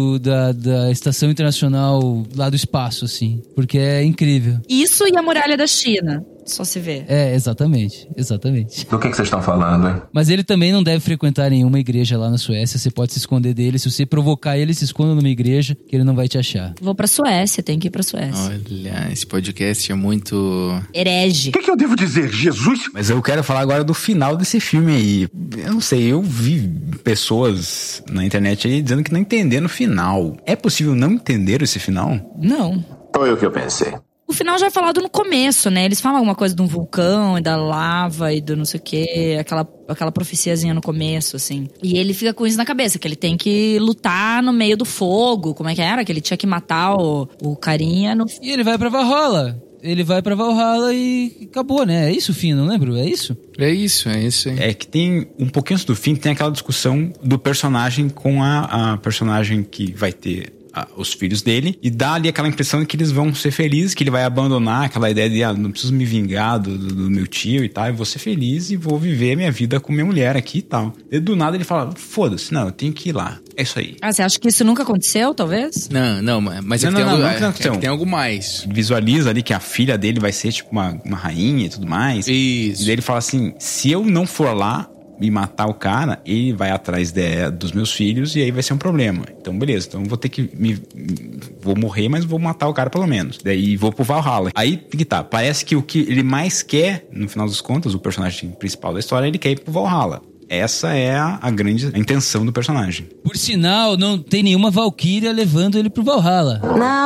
da Estação Internacional lá do espaço, assim. Porque é incrível. Isso e a Muralha da China. Só se vê. É, exatamente. Do que vocês estão falando, hein? Mas ele também não deve frequentar nenhuma igreja lá na Suécia. Você pode se esconder dele. Se você provocar ele, se esconda numa igreja, que ele não vai te achar. Vou pra Suécia, tem que ir pra Suécia. Olha, esse podcast é muito... herege. O que eu devo dizer? Jesus? Mas eu quero falar agora do final desse filme aí. Eu não sei, eu vi pessoas na internet aí dizendo que não entenderam o final. É possível não entender esse final? Não. Foi o que eu pensei. O final já é falado no começo, né? Eles falam alguma coisa de um vulcão e da lava e do não sei o quê. Aquela profeciazinha no começo, assim. E ele fica com isso na cabeça, que ele tem que lutar no meio do fogo. Como é que era? Que ele tinha que matar o carinha no... E ele vai pra Valhalla. Ele vai pra Valhalla e acabou, né? É isso o fim, não lembro? É isso? É isso. É que tem, um pouquinho antes do fim, tem aquela discussão do personagem com a personagem que vai ter os filhos dele, e dá ali aquela impressão de que eles vão ser felizes, que ele vai abandonar aquela ideia de não preciso me vingar do meu tio e tal, eu vou ser feliz e vou viver minha vida com minha mulher aqui e tal. E do nada ele fala, foda-se, não, eu tenho que ir lá. É isso aí. Ah, você acha que isso nunca aconteceu, talvez? Não, mas é que tem algo mais. Ele visualiza ali que a filha dele vai ser tipo uma rainha e tudo mais. Isso. E daí ele fala assim, se eu não for lá e matar o cara, ele vai atrás dos meus filhos e aí vai ser um problema. Então, beleza. Então, vou ter que vou morrer, mas vou matar o cara pelo menos. Daí, vou pro Valhalla. Aí, que tá. Parece que o que ele mais quer, no final das contas, o personagem principal da história, ele quer ir pro Valhalla. Essa é a grande intenção do personagem. Por sinal, não tem nenhuma Valkyria levando ele pro Valhalla.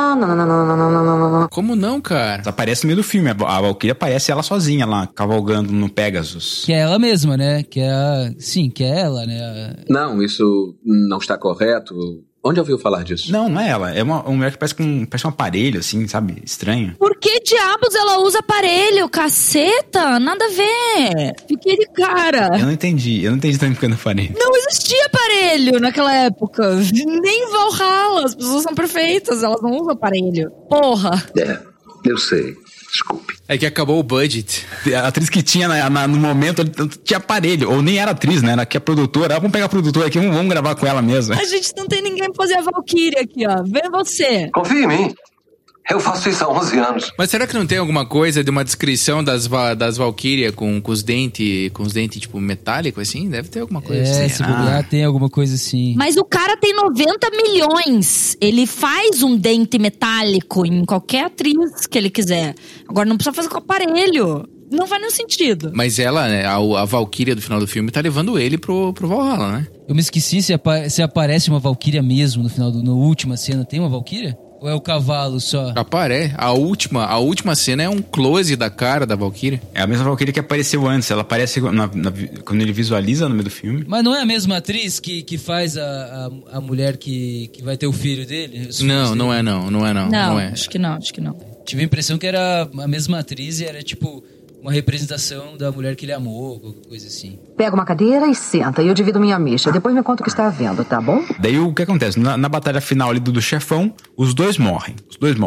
Não. Como não, cara? Aparece no meio do filme. A Valkyria aparece ela sozinha lá, cavalgando no Pegasus. Que é ela mesma, né? Que é ela, né? Não, isso não está correto. Onde ouviu falar disso? Não é ela. É uma mulher que parece um aparelho, assim, sabe? Estranho. Por que diabos ela usa aparelho? Caceta? Nada a ver. Fiquei de cara. Eu não entendi também porque eu não aparelho. Não existia aparelho naquela época. Nem Valhalla. As pessoas são perfeitas. Elas não usam aparelho. Porra. É, eu sei. Desculpe. É que acabou o budget. A atriz que tinha no momento tinha aparelho, ou nem era atriz, né? Era que a produtora. Vamos pegar a produtora aqui, vamos gravar com ela mesmo. A gente não tem ninguém pra fazer a Valkyria aqui, ó. Vê você. Confia em mim. Eu faço isso há 11 anos. Mas será que não tem alguma coisa de uma descrição das Valkyria com os dentes, tipo, metálicos, assim? Deve ter alguma coisa assim. Se bobear, tem alguma coisa assim. Mas o cara tem 90 milhões. Ele faz um dente metálico em qualquer atriz que ele quiser. Agora, não precisa fazer com aparelho. Não faz nenhum sentido. Mas ela, né, a Valkyria do final do filme tá levando ele pro Valhalla, né? Eu me esqueci se aparece uma Valkyria mesmo no final, na última cena. Tem uma Valkyria? Ou é o cavalo só? Aparece. A última cena é um close da cara da Valkyria. É a mesma Valkyria que apareceu antes. Ela aparece quando ele visualiza no meio do filme. Mas não é a mesma atriz que faz a mulher que vai ter o filho dele? Não é. Não, acho que não. Tive a impressão que era a mesma atriz e era tipo uma representação da mulher que ele amou, qualquer coisa assim. Pega uma cadeira e senta, e eu divido minha micha. Depois me conta o que está vendo, tá bom? Daí o que acontece? Na batalha final ali do chefão, os dois morrem.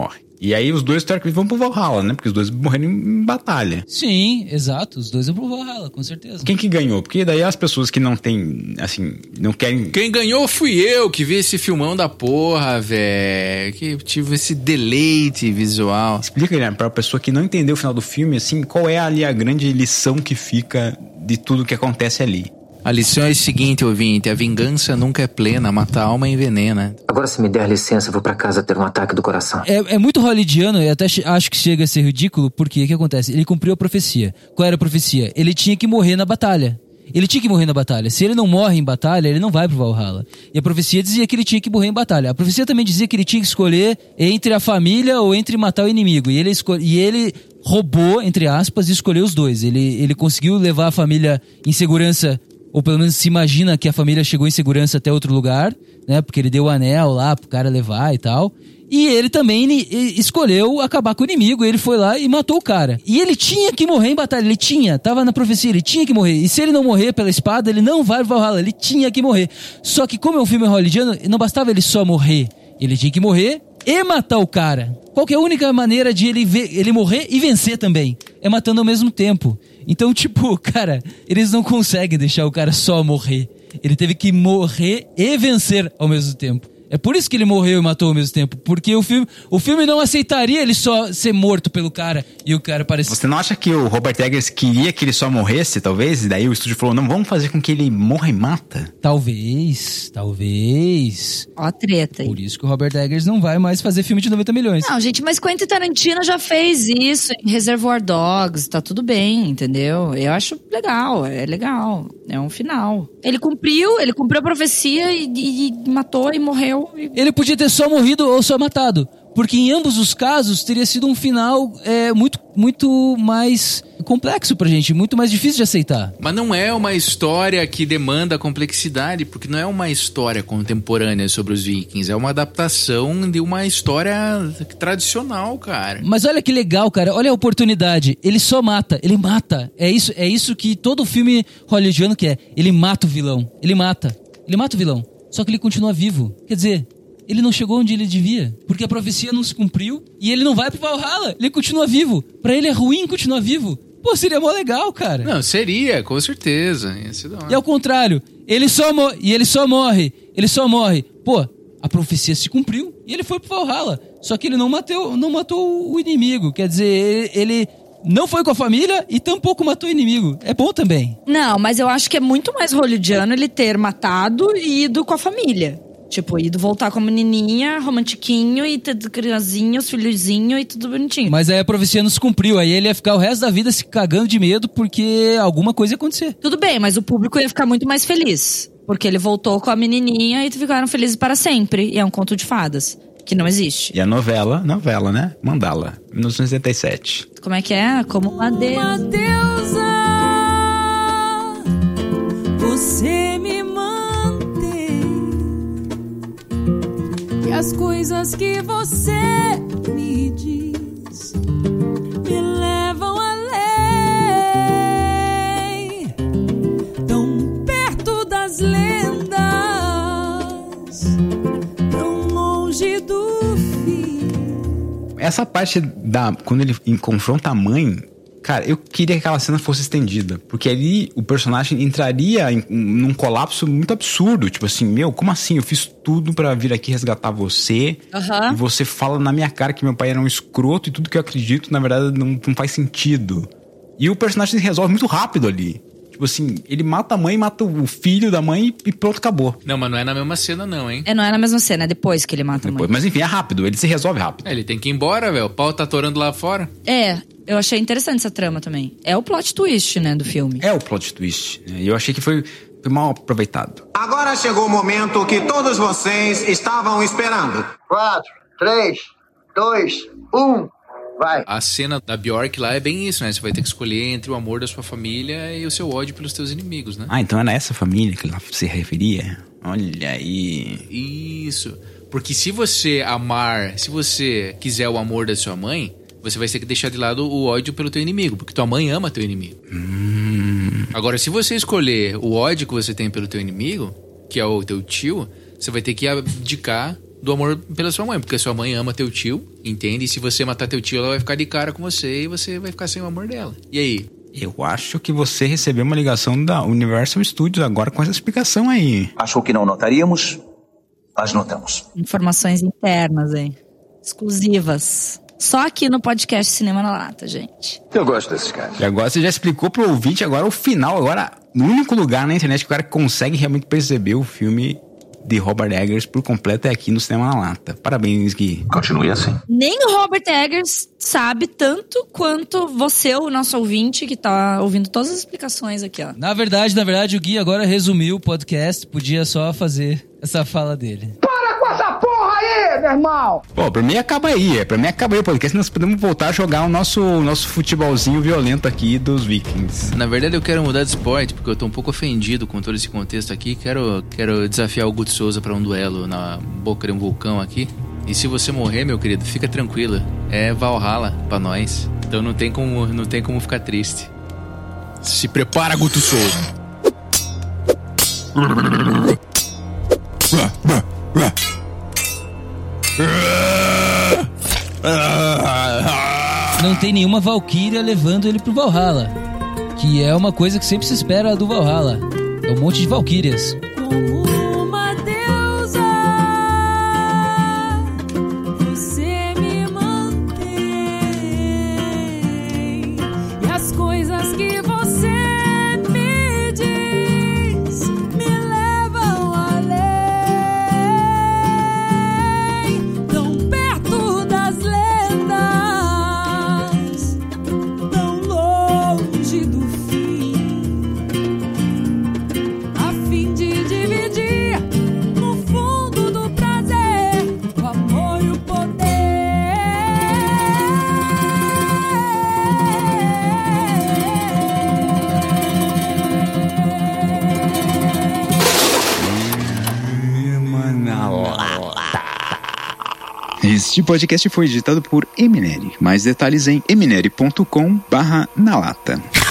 E aí os dois, teoricamente, vão pro Valhalla, né? Porque os dois morreram em batalha. Sim, exato. Os dois vão pro Valhalla, com certeza. Quem que ganhou? Porque daí as pessoas que não têm, assim, não querem... Quem ganhou fui eu, que vi esse filmão da porra, velho. Que tive esse deleite visual. Explica, né, pra pessoa que não entendeu o final do filme, assim, qual é ali a grande lição que fica de tudo que acontece ali. A lição é a seguinte, ouvinte: a vingança nunca é plena, mata a alma e envenena. Agora, se me der licença, eu vou pra casa ter um ataque do coração. É muito hollywoodiano, e até acho que chega a ser ridículo, porque o que acontece? Ele cumpriu a profecia. Qual era a profecia? Ele tinha que morrer na batalha. Ele tinha que morrer na batalha. Se ele não morre em batalha, ele não vai pro Valhalla. E a profecia dizia que ele tinha que morrer em batalha. A profecia também dizia que ele tinha que escolher entre a família ou entre matar o inimigo. E ele roubou, entre aspas, e escolheu os dois. Ele conseguiu levar a família em segurança, ou pelo menos se imagina que a família chegou em segurança até outro lugar, né? Porque ele deu o anel lá pro cara levar e tal. E ele também escolheu acabar com o inimigo. Ele foi lá e matou o cara. E ele tinha que morrer em batalha. Tava na profecia, ele tinha que morrer. E se ele não morrer pela espada, ele não vai pro Valhalla. Ele tinha que morrer. Só que como é um filme hollywoodiano, não bastava ele só morrer. Ele tinha que morrer e matar o cara. Qual que é a única maneira de ele morrer e vencer também? É matando ao mesmo tempo. Então, tipo, cara, eles não conseguem deixar o cara só morrer. Ele teve que morrer e vencer ao mesmo tempo. É por isso que ele morreu e matou ao mesmo tempo. Porque o filme não aceitaria ele só ser morto pelo cara e o cara parecer... Você não acha que o Robert Eggers queria que ele só morresse, talvez? E daí o estúdio falou, não, vamos fazer com que ele morra e mata? Talvez. Ó a treta aí. Por isso que o Robert Eggers não vai mais fazer filme de 90 milhões. Não, gente, mas Quentin Tarantino já fez isso em Reservoir Dogs. Tá tudo bem, entendeu? Eu acho legal, é legal. É um final. Ele cumpriu a profecia e matou e morreu. Ele podia ter só morrido ou só matado. Porque em ambos os casos teria sido um final muito mais complexo pra gente, muito mais difícil de aceitar. Mas não é uma história que demanda complexidade, porque não é uma história contemporânea sobre os vikings, é uma adaptação de uma história tradicional, cara. Mas olha que legal, cara, olha a oportunidade. Ele só mata, ele mata. É isso que todo filme hollywoodiano quer. Ele mata o vilão, ele mata o vilão. Só que ele continua vivo. Quer dizer, ele não chegou onde ele devia, porque a profecia não se cumpriu e ele não vai pro Valhalla. Ele continua vivo. Pra ele é ruim continuar vivo. Pô, seria mó legal, cara. Não, seria, com certeza. E ao contrário, ele só morre. Pô, a profecia se cumpriu e ele foi pro Valhalla. Só que ele não matou o inimigo. Quer dizer, ele não foi com a família e tampouco matou o inimigo. É bom também. Não, mas eu acho que é muito mais hollywoodiano ele ter matado e ido com a família. Tipo, ido voltar com a menininha, romantiquinho, e ter criancinha, os filhozinhos e tudo bonitinho. Mas aí a profecia não se cumpriu. Aí ele ia ficar o resto da vida se cagando de medo porque alguma coisa ia acontecer. Tudo bem, mas o público ia ficar muito mais feliz. Porque ele voltou com a menininha e ficaram felizes para sempre. E é um conto de fadas. Que não existe. E a novela, né? Mandala, 1977. Como é que é? Como uma deusa, você me mantém. E as coisas que você me diz me levam além, tão perto das lendas, tão longe do fim. Essa parte quando ele confronta a mãe, cara, eu queria que aquela cena fosse estendida. Porque ali o personagem entraria num colapso muito absurdo. Tipo assim, como assim? Eu fiz tudo pra vir aqui resgatar você. Uhum. E você fala na minha cara que meu pai era um escroto e tudo que eu acredito, na verdade, não faz sentido. E o personagem se resolve muito rápido ali. Tipo assim, ele mata a mãe, mata o filho da mãe e pronto, acabou. Não, mas não é na mesma cena não, hein? Não é na mesma cena, é depois que ele mata a mãe. Mas enfim, é rápido, ele se resolve rápido. Ele tem que ir embora, velho. O pau tá atorando lá fora. Eu achei interessante essa trama também. É o plot twist, né, do filme. É o plot twist. E eu achei que foi mal aproveitado. Agora chegou o momento que todos vocês estavam esperando. 4, 3, 2, 1... Vai. A cena da Bjork lá é bem isso, né? Você vai ter que escolher entre o amor da sua família e o seu ódio pelos teus inimigos, né? Ah, então era essa família que ela se referia? Olha aí. Isso. Porque se você quiser o amor da sua mãe, você vai ter que deixar de lado o ódio pelo teu inimigo, porque tua mãe ama teu inimigo. Agora, se você escolher o ódio que você tem pelo teu inimigo, que é o teu tio, você vai ter que abdicar do amor pela sua mãe, porque a sua mãe ama teu tio, entende? E se você matar teu tio, ela vai ficar de cara com você e você vai ficar sem o amor dela. E aí? Eu acho que você recebeu uma ligação da Universal Studios agora com essa explicação aí. Achou que não notaríamos, mas notamos. Informações internas, hein? Exclusivas. Só aqui no podcast Cinema na Lata, gente. Eu gosto desses caras. E agora você já explicou pro ouvinte agora o final. Agora, no único lugar na internet que o cara consegue realmente perceber o filme de Robert Eggers por completo é aqui no Cinema na Lata. Parabéns, Gui. Continue assim. Nem o Robert Eggers sabe tanto quanto você, o nosso ouvinte, que tá ouvindo todas as explicações aqui, ó. Na verdade, o Gui agora resumiu o podcast. Podia só fazer essa fala dele. Para com essa porra aí, meu irmão! Pô, pra mim acaba aí. Pra mim acaba aí o podcast. Nós podemos voltar a jogar o nosso futebolzinho violento aqui dos Vikings. Na verdade, eu quero mudar de esporte, porque eu tô um pouco ofendido com todo esse contexto aqui. Quero desafiar o Guto Souza pra um duelo na boca de um vulcão aqui. E se você morrer, meu querido, fica tranquilo. É Valhalla pra nós. Então não tem como ficar triste. Se prepara, Guto Souza. Não tem nenhuma Valkyria levando ele pro Valhalla, que é uma coisa que sempre se espera do Valhalla. É um monte de Valkyrias. Como uma deusa, você me mantém. E as coisas que você me diz me levam além. Tão perto das lendas, tão longe do fim. A fim de dividir no fundo do prazer o amor e o poder. Este podcast foi editado por Emineri. Mais detalhes em emineri.com/nalata.